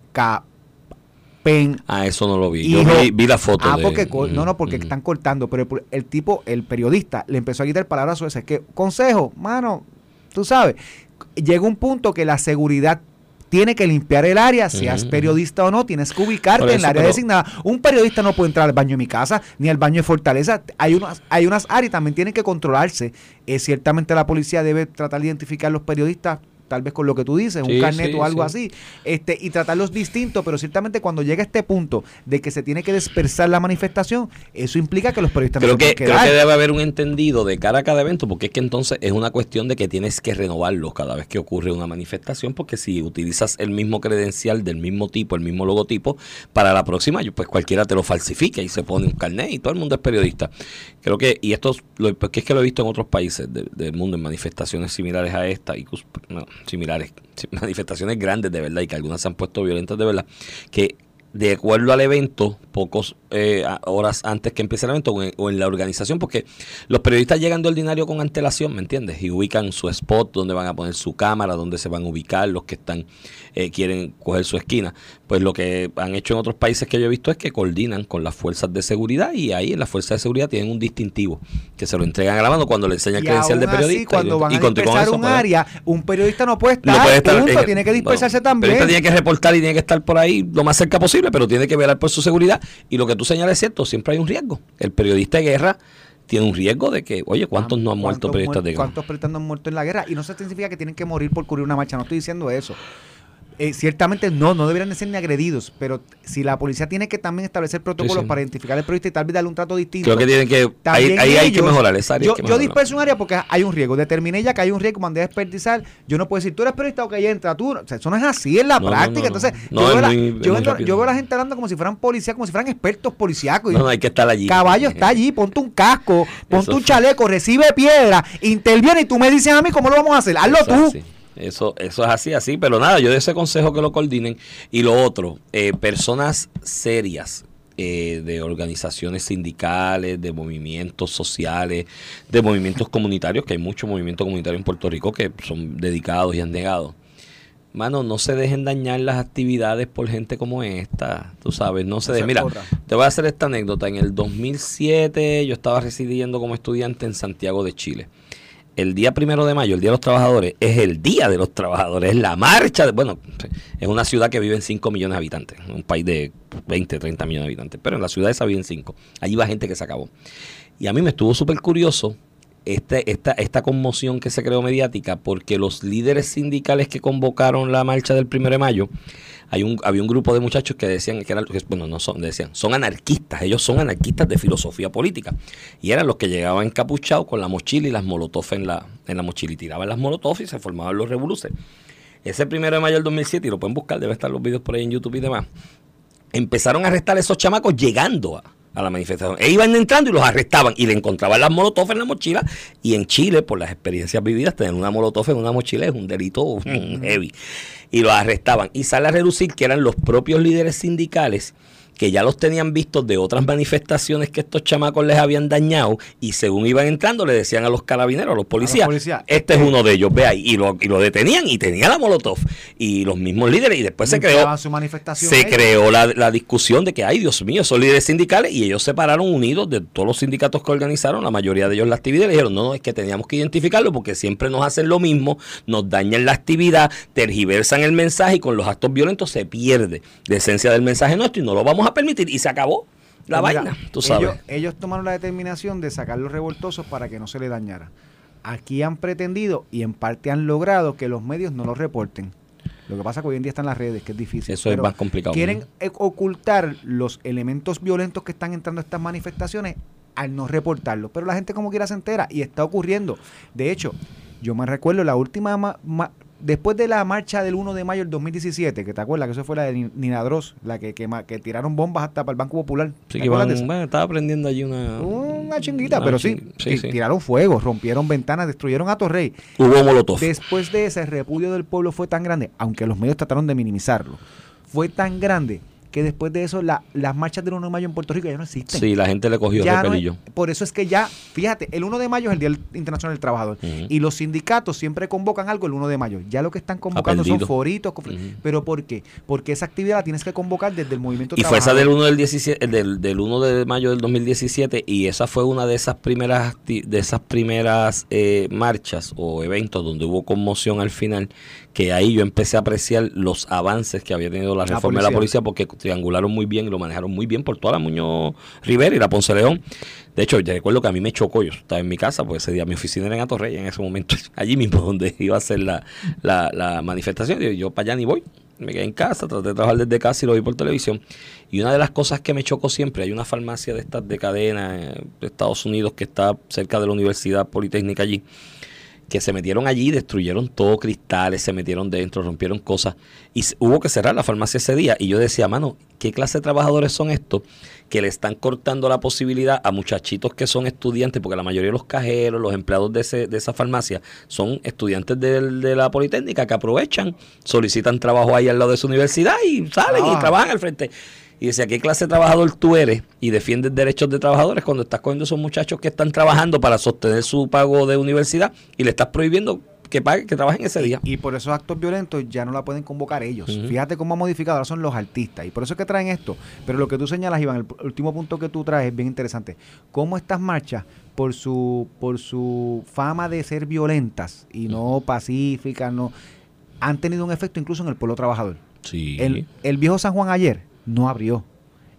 eso no lo vi. Yo vi la foto. Porque están cortando, pero el periodista, le empezó a gritar palabras sueltas. Que consejo, mano, tú sabes, llega un punto que la seguridad tiene que limpiar el área, seas periodista o no, tienes que ubicarte en el área designada. Un periodista no puede entrar al baño de mi casa, ni al baño de Fortaleza. Hay unas áreas, también tienen que controlarse. Ciertamente la policía debe tratar de identificar a los periodistas, tal vez con lo que tú dices, un carnet o algo así, y tratarlos distintos, pero ciertamente cuando llega este punto de que se tiene que dispersar la manifestación, eso implica que los periodistas creo que debe haber un entendido de cara a cada evento, porque es que entonces es una cuestión de que tienes que renovarlos cada vez que ocurre una manifestación, porque si utilizas el mismo credencial del mismo tipo, el mismo logotipo, para la próxima, pues cualquiera te lo falsifica y se pone un carnet y todo el mundo es periodista. Creo que, y esto porque es que lo he visto en otros países del mundo, en manifestaciones similares a esta, similares, manifestaciones grandes de verdad y que algunas se han puesto violentas de verdad, que de acuerdo al evento, pocos horas antes que empiece el evento o en la organización, porque los periodistas llegan de ordinario con antelación, ¿me entiendes? Y ubican su spot, donde van a poner su cámara, donde se van a ubicar los que están quieren coger su esquina. Pues lo que han hecho en otros países que yo he visto es que coordinan con las fuerzas de seguridad y ahí en las fuerzas de seguridad tienen un distintivo que se lo entregan a la mano cuando le enseñan credencial de periodista. Cuando van a dispersar un área, un periodista no puede estar, tiene que dispersarse también. El periodista tiene que reportar y tiene que estar por ahí lo más cerca posible, pero tiene que velar por su seguridad. Y lo que tú señalas es cierto, siempre hay un riesgo. El periodista de guerra tiene un riesgo de que, oye, ¿cuántos no han muerto periodistas de guerra? ¿Cuántos periodistas no han muerto en la guerra? Y no se significa que tienen que morir por cubrir una marcha, no estoy diciendo eso. Ciertamente no deberían de ser ni agredidos, pero si la policía tiene que también establecer protocolos para identificar al periodista y tal vez darle un trato distinto. Creo que tienen que, ahí hay que mejorar esa área. Yo disperso un área porque hay un riesgo, determiné ya que hay un riesgo, mandé a despertizar, yo no puedo decir, tú eres periodista, ok, entra tú, o sea, eso no es así en la práctica, entonces yo veo a la gente hablando como si fueran policías, como si fueran expertos policíacos. No, hay que estar allí. Caballo está allí, ponte un casco, ponte un chaleco, recibe piedra, interviene y tú me dices a mí cómo lo vamos a hacer, hazlo tú. Así. Eso es así, pero nada, yo de ese consejo que lo coordinen. Y lo otro, personas serias de organizaciones sindicales, de movimientos sociales, de movimientos comunitarios, que hay mucho movimiento comunitario en Puerto Rico que son dedicados y abnegados. Mano, no se dejen dañar las actividades por gente como esta, tú sabes, no se dejen. Mira, te voy a hacer esta anécdota. En el 2007 yo estaba residiendo como estudiante en Santiago de Chile. El día 1 de mayo, el Día de los Trabajadores, es el Día de los Trabajadores, es la marcha, es una ciudad que viven 5 millones de habitantes, un país de 20, 30 millones de habitantes, pero en la ciudad esa viven 5, allí va gente que se acabó. Y a mí me estuvo súper curioso esta conmoción que se creó mediática, porque los líderes sindicales que convocaron la marcha del 1 de mayo, había un grupo de muchachos que decían son anarquistas, ellos son anarquistas de filosofía política, y eran los que llegaban encapuchados con la mochila y las molotov en la mochila, y tiraban las molotov y se formaban los revoluces. Ese 1 de mayo del 2007, y lo pueden buscar, debe estar los videos por ahí en YouTube y demás, empezaron a arrestar a esos chamacos llegando a la manifestación. E iban entrando y los arrestaban y le encontraban las molotov en la mochila, y en Chile, por las experiencias vividas, tener una molotov en una mochila es un delito heavy. Y los arrestaban. Y sale a relucir que eran los propios líderes sindicales que ya los tenían vistos de otras manifestaciones que estos chamacos les habían dañado, y según iban entrando le decían a los carabineros, a los policías, este es uno de ellos, ve ahí, y lo detenían y tenía la molotov, y los mismos líderes, y después se creó la discusión de que, ay Dios mío, son líderes sindicales, y ellos se pararon unidos de todos los sindicatos que organizaron, la mayoría de ellos la actividad, y dijeron, no, es que teníamos que identificarlo porque siempre nos hacen lo mismo, nos dañan la actividad, tergiversan el mensaje, y con los actos violentos se pierde la esencia del mensaje nuestro y no lo vamos a permitir, y se acabó la vaina, tú sabes. Ellos tomaron la determinación de sacar los revoltosos para que no se le dañara. Aquí han pretendido y en parte han logrado que los medios no los reporten. Lo que pasa es que hoy en día están las redes, que es difícil. Eso es más complicado. Quieren ocultar los elementos violentos que están entrando a estas manifestaciones al no reportarlos. Pero la gente como quiera se entera y está ocurriendo. De hecho, yo me recuerdo la última... Después de la marcha del 1 de mayo del 2017, que te acuerdas que eso fue la de Nina Dross, la que tiraron bombas hasta para el Banco Popular. Sí, que estaba prendiendo allí una chinguita, pero sí. Tiraron fuego, rompieron ventanas, destruyeron a Torrey. Hubo molotov. Después de ese repudio del pueblo fue tan grande, aunque los medios trataron de minimizarlo, fue tan grande que después de eso las marchas del 1 de mayo en Puerto Rico ya no existen. Sí, la gente le cogió repelillo. Por eso es que ya, fíjate, el 1 de mayo es el Día Internacional del Trabajador, y los sindicatos siempre convocan algo el 1 de mayo. Ya lo que están convocando son foritos. ¿Pero por qué? Porque esa actividad la tienes que convocar desde el movimiento trabajador. Y fue esa del 1 del 1 de mayo del 2017, y esa fue una de esas primeras marchas o eventos donde hubo conmoción al final, que ahí yo empecé a apreciar los avances que había tenido la reforma de la policía, porque triangularon muy bien y lo manejaron muy bien por toda la Muñoz Rivera y la Ponce León. De hecho, yo recuerdo que a mí me chocó, yo estaba en mi casa, porque ese día mi oficina era en Atorrey en ese momento, allí mismo donde iba a ser la manifestación. Yo para allá ni voy, me quedé en casa, traté de trabajar desde casa y lo vi por televisión. Y una de las cosas que me chocó siempre, hay una farmacia de estas de cadena de Estados Unidos que está cerca de la Universidad Politécnica allí, que se metieron allí, destruyeron todo, cristales, se metieron dentro, rompieron cosas, y hubo que cerrar la farmacia ese día. Y yo decía, mano, ¿qué clase de trabajadores son estos que le están cortando la posibilidad a muchachitos que son estudiantes? Porque la mayoría de los cajeros, los empleados de esa farmacia son estudiantes de la Politécnica que aprovechan, solicitan trabajo ahí al lado de su universidad y salen y trabajan al frente. Y decía, ¿qué clase de trabajador tú eres y defiendes derechos de trabajadores cuando estás cogiendo a esos muchachos que están trabajando para sostener su pago de universidad y le estás prohibiendo que trabajen ese día? Y por esos actos violentos ya no la pueden convocar ellos. Fíjate cómo ha modificado, ahora son los artistas. Y por eso es que traen esto. Pero lo que tú señalas, Iván, el último punto que tú traes es bien interesante. Cómo estas marchas, por su fama de ser violentas y no pacíficas, han tenido un efecto incluso en el pueblo trabajador. Sí. El viejo San Juan ayer no abrió.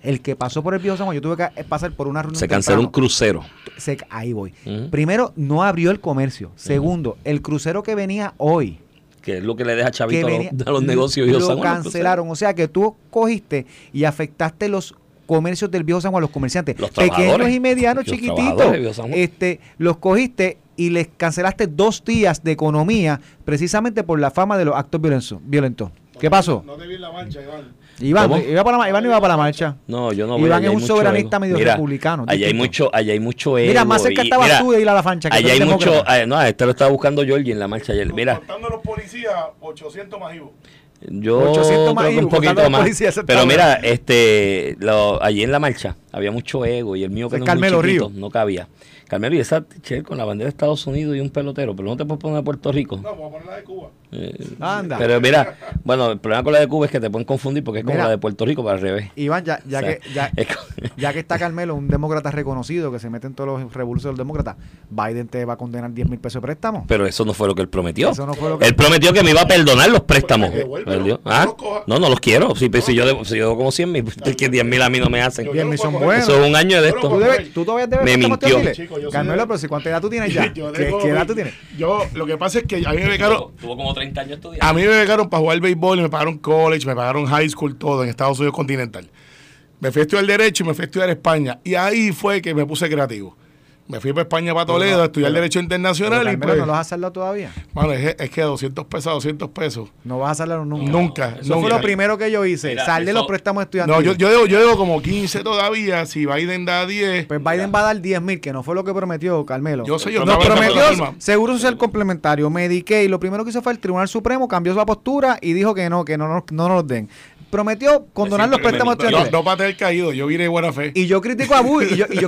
El que pasó por el Viejo San Juan, yo tuve que pasar por una reunión. Se canceló un crucero. Ahí voy. Ujú. Primero, no abrió el comercio. Segundo, el crucero que venía hoy, Que es lo que le deja chavito que venía, a los negocios Viejo San lo Juan. cancelaron. O sea que tú cogiste y afectaste los comercios del Viejo San Juan, los comerciantes, Los pequeños trabajadores. y medianos, Los chiquititos. trabajadores de Viejo San Juan. Los cogiste y les cancelaste 2 días de economía precisamente por la fama de los actos violentos. ¿Qué pasó? No te vi en la marcha, Iván. Iván ¿Cómo? Iván no iba para la marcha. No, yo no voy. Iván allá es hay un mucho soberanista ego. medio Mira, republicano, Allá hay distinto. mucho ego. Mira, más cerca y estabas mira, tú de ir a la fancha. Que allá tú hay eres mucho. demócrata. No, este lo estaba buscando Georgie en la marcha ayer. Mira, Contando a los policías, 800 más IVO. yo 800 más creo que un IVU, contando poquito los más. policías, eso Pero está mira, allí en la marcha había mucho ego y el mío que Es no Carmelo es muy chiquito, Río. no cabía. Carmelo y esa t-shirt con la bandera de Estados Unidos y un pelotero, pero no te puedes poner a Puerto Rico. No, voy a poner la de Cuba. Anda. Pero mira, bueno, el problema con la de Cuba es que te pueden confundir porque es como Mira. la de Puerto Rico, pero al revés. Iván, ya O sea, es co- que está Carmelo, un demócrata reconocido que se mete en todos los revoluciones de los demócratas, Biden te va a condenar 10,000 pesos de préstamo. Pero eso no fue lo que él prometió. Eso no fue lo que- Él prometió que me iba a perdonar los préstamos. Devuélvelo. ¿Perdió? No ¿Ah? los coja. No, no los quiero. Si yo debo como 100,000, que 10,000 a mí no me hacen. Yo 10,000 lo son puedo buenos. Eso es un año de Yo lo esto. puedo Tú todavía debes Me préstamos mintió. estudiantiles. Chico, yo soy Carmelo, de- pero si ¿cuánta edad tú tienes ya? Yo ¿Qué tengo- edad tú tienes? Yo, lo que pasa es que a mí me becaron, Tuvo como 30 años estudiando. a mí me becaron para jugar béisbol y me pagaron college, me pagaron high school, todo en Estados Unidos continental. Me fui a estudiar Derecho y me fui a estudiar España. Y ahí fue que me puse creativo. Me fui para España, para Toledo, a estudiar Derecho Internacional. Pero, Y Carmelo, pues, ¿no los has saldado todavía? mano, es que 200 pesos, 200 pesos. No vas a saldarlo nunca. Nunca. Eso fue nunca. lo primero que yo hice, Mira, saldé eso- los préstamos No, estudiantiles. yo debo como 15 todavía. Si Biden da 10. Pues Biden va a dar 10,000, que no fue lo que prometió, Carmelo. Yo sé, yo Nos estaba en la prometió plataforma. Seguro Social Complementario, Medicaid. Lo primero que hizo fue el Tribunal Supremo, cambió su postura y dijo que no nos los den. Prometió condonar los siento que me préstamos mintió. estudiantiles. No para tener caído, yo vine de buena fe. Y yo critico a Bush,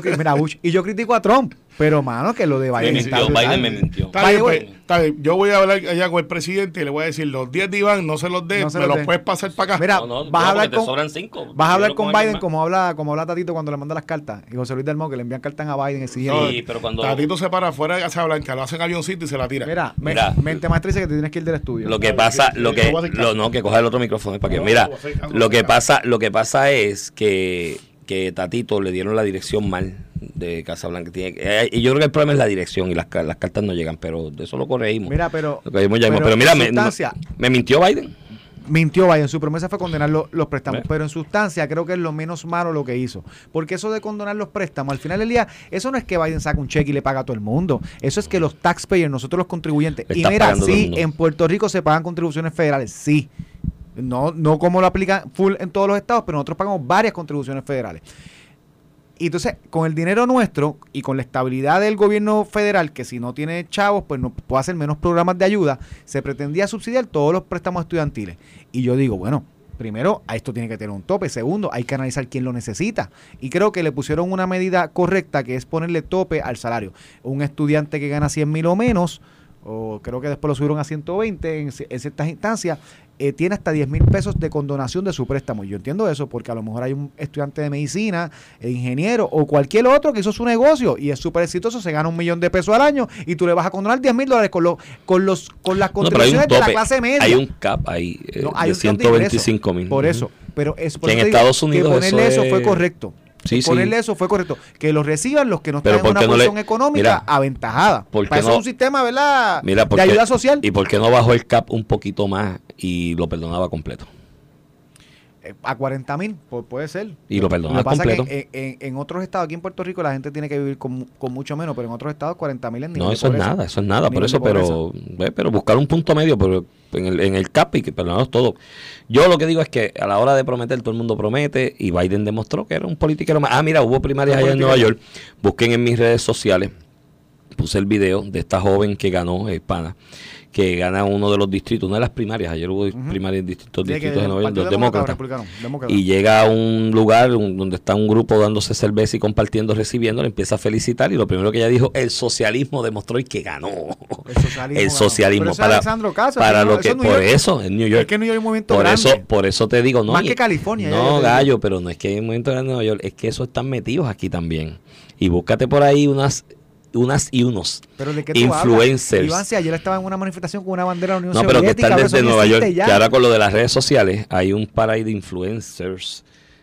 y yo critico a Trump. Pero, mano, que lo de Biden mintió, está brutal. Biden me mintió. Está By bien, the way- pues, está bien. Yo voy a hablar allá con el presidente y le voy a decir, los 10 de Iván no se los dé, No se me los los dé. puedes pasar para acá. Mira, No, no, vas a hablar porque con- te sobran 5. Vas a hablar con Biden como habla Tatito cuando le manda las cartas. Y José Luis Dalmau, que le envían cartas a Biden exigiendo. Sí, pero cuando Tatito se para afuera de Casa Blanca, lo hacen avioncito y se la tira. Mira, mente maestra dice que te tienes que ir del estudio. lo que pasa, sí, lo sí, que no voy a hacer caso. no, que coja el otro micrófono para que No, mira, no voy a hacer caso, lo que pasa es que Tatito le dieron la dirección mal de Casablanca. Y yo creo que el problema es la dirección y las cartas no llegan, pero de eso lo corregimos. Mira, pero. Lo corregimos ya mismo. pero Pero mira, en me sustancia, mintió Biden. mintió Biden, su promesa fue condenar los préstamos, ¿Ve? pero en sustancia creo que es lo menos malo lo que hizo, porque eso de condonar los préstamos, al final del día, eso no es que Biden saque un cheque y le paga a todo el mundo, eso es que los taxpayers, nosotros los contribuyentes, Le y está mira, pagando todo el sí, mundo. en Puerto Rico se pagan contribuciones federales, sí, no como lo aplican full en todos los estados, pero nosotros pagamos varias contribuciones federales. Y entonces, con el dinero nuestro y con la estabilidad del gobierno federal, que si no tiene chavos, pues no puede hacer menos programas de ayuda, se pretendía subsidiar todos los préstamos estudiantiles. Y yo digo, bueno, primero, a esto tiene que tener un tope. Segundo, hay que analizar quién lo necesita. Y creo que le pusieron una medida correcta, que es ponerle tope al salario. Un estudiante que gana 100,000 o menos, o creo que después lo subieron a 120 en ciertas instancias, tiene hasta 10,000 pesos de condonación de su préstamo. Y yo entiendo eso porque a lo mejor hay un estudiante de medicina, ingeniero o cualquier otro que hizo su negocio y es súper exitoso, se gana $1,000,000 al año y tú le vas a condonar $10,000 con las No, pero hay un contribuciones de la tope. clase media. Hay un cap ahí No, hay de un top de ingreso. 125,000. Por eso. Pero es por Que en eso te digo Estados Unidos que ponerle eso eso fue es- correcto. Sí, Ponerle sí. eso fue correcto. Que lo reciban los que no Pero están en ¿por una qué no le- posición económica Mira, aventajada. ¿por qué Para eso no- es un sistema, ¿verdad? Mira, de ayuda social. ¿Y por qué no bajó el cap un poquito más y lo perdonaba completo? A 40,000, puede ser. Y lo perdonaba que pasa completo. es que en otros estados, aquí en Puerto Rico, la gente tiene que vivir con mucho menos, pero en otros estados 40,000 es nivel No, de eso es pobreza. nada, por Nivel eso, de pobreza. pero buscar un punto medio pero en el cap y que perdonarnos todo. Yo lo que digo es que a la hora de prometer, todo el mundo promete y Biden demostró que era un politiquero más. Mira, hubo primarias allá en Nueva York. Busquen en mis redes sociales, puse el video de esta joven que ganó, hispana, que gana uno de los distritos, una de las primarias. Ayer hubo primarias en distintos Sí, que distritos de Nueva York, Partido los Demócrata, demócratas. Republicano. Y llega a un lugar donde está un grupo dándose cerveza y compartiendo, recibiendo, le empieza a felicitar y lo primero que ella dijo, el socialismo demostró y que ganó. El socialismo. El ganó. socialismo Pero eso es para, Alexandro Casas, para ¿no? lo Eso que es New por York. eso en New York. Es que New York hay un movimiento grande. Por eso te digo, no. Más que California, ya yo No, te gallo, digo. pero no es que hay un movimiento grande en Nueva York, es que esos están metidos aquí también. Y búscate por ahí unas y unos Pero ¿de qué tú influencers. hablas? Iván, si ayer estaba en una manifestación con una bandera de la Unión No, pero que Soviética. están eso desde no Nueva York, existe ya. que ahora con lo de las redes sociales hay un par ahí de influencers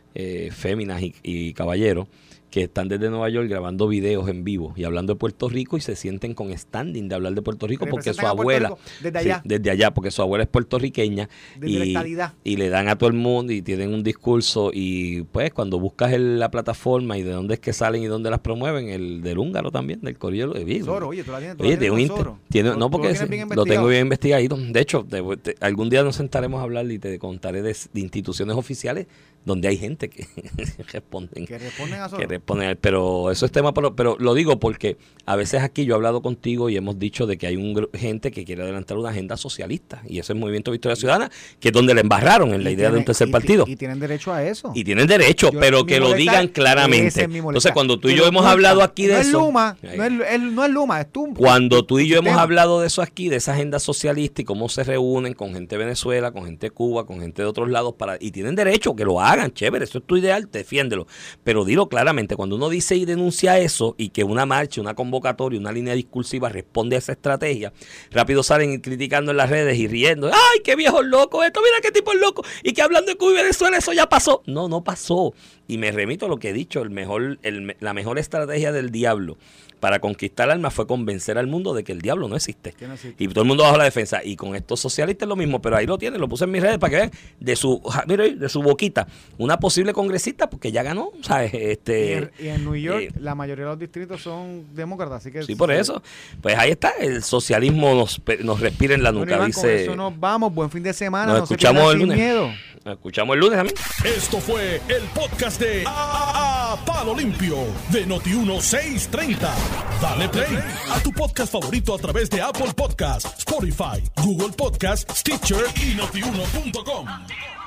féminas y caballeros, que están desde Nueva York grabando videos en vivo y hablando de Puerto Rico y se sienten con standing de hablar de Puerto Rico porque su abuela, desde allá, porque su abuela es puertorriqueña y le dan a todo el mundo y tienen un discurso y pues cuando buscas la plataforma y de dónde es que salen y dónde las promueven, el del húngaro también, del Corillo de Vigo. Oye, tú la tienes, no, porque lo tengo bien investigadito. De hecho, algún día nos sentaremos a hablar y te contaré de instituciones oficiales donde hay gente que responden. Que responden pero eso es tema, pero lo digo porque a veces aquí yo he hablado contigo y hemos dicho de que hay gente que quiere adelantar una agenda socialista y ese es el Movimiento Victoria Ciudadana, que es donde le embarraron en la idea de un tercer partido. Y tienen derecho a eso. Y tienen derecho, pero que lo digan claramente. Entonces, cuando tú y yo hemos hablado aquí de eso... No es Luma, es tú. Cuando tú y yo hemos hablado de eso aquí, de esa agenda socialista y cómo se reúnen con gente de Venezuela, con gente de Cuba, con gente de otros lados, y tienen derecho que lo hagan, chévere, eso es tu ideal, defiéndelo. Pero dilo claramente, cuando uno dice y denuncia eso y que una marcha, una convocatoria, una línea discursiva responde a esa estrategia, rápido salen criticando en las redes y riendo. ¡Ay, qué viejo loco esto! ¡Mira qué tipo es loco! Y que hablando de Cuba y Venezuela eso ya pasó. No pasó. Y me remito a lo que he dicho, la mejor estrategia del diablo para conquistar almas fue convencer al mundo de que el diablo no existe. Y todo el mundo bajo la defensa. Y con estos socialistas es lo mismo, pero ahí lo tienen, lo puse en mis redes para que vean de su boquita una posible congresista porque ya ganó, ¿sabes? Y en New York la mayoría de los distritos son demócratas, así que... Sí, por eso. Pues ahí está, el socialismo nos respira en la nuca, Iván, dice... Con eso nos vamos, buen fin de semana, nos escuchamos el lunes. Miedo. Nos escuchamos el lunes a mí. Esto fue el podcast de Palo Limpio de Noti1630. Dale play a tu podcast favorito a través de Apple Podcasts, Spotify, Google Podcasts, Stitcher y Notiuno.com.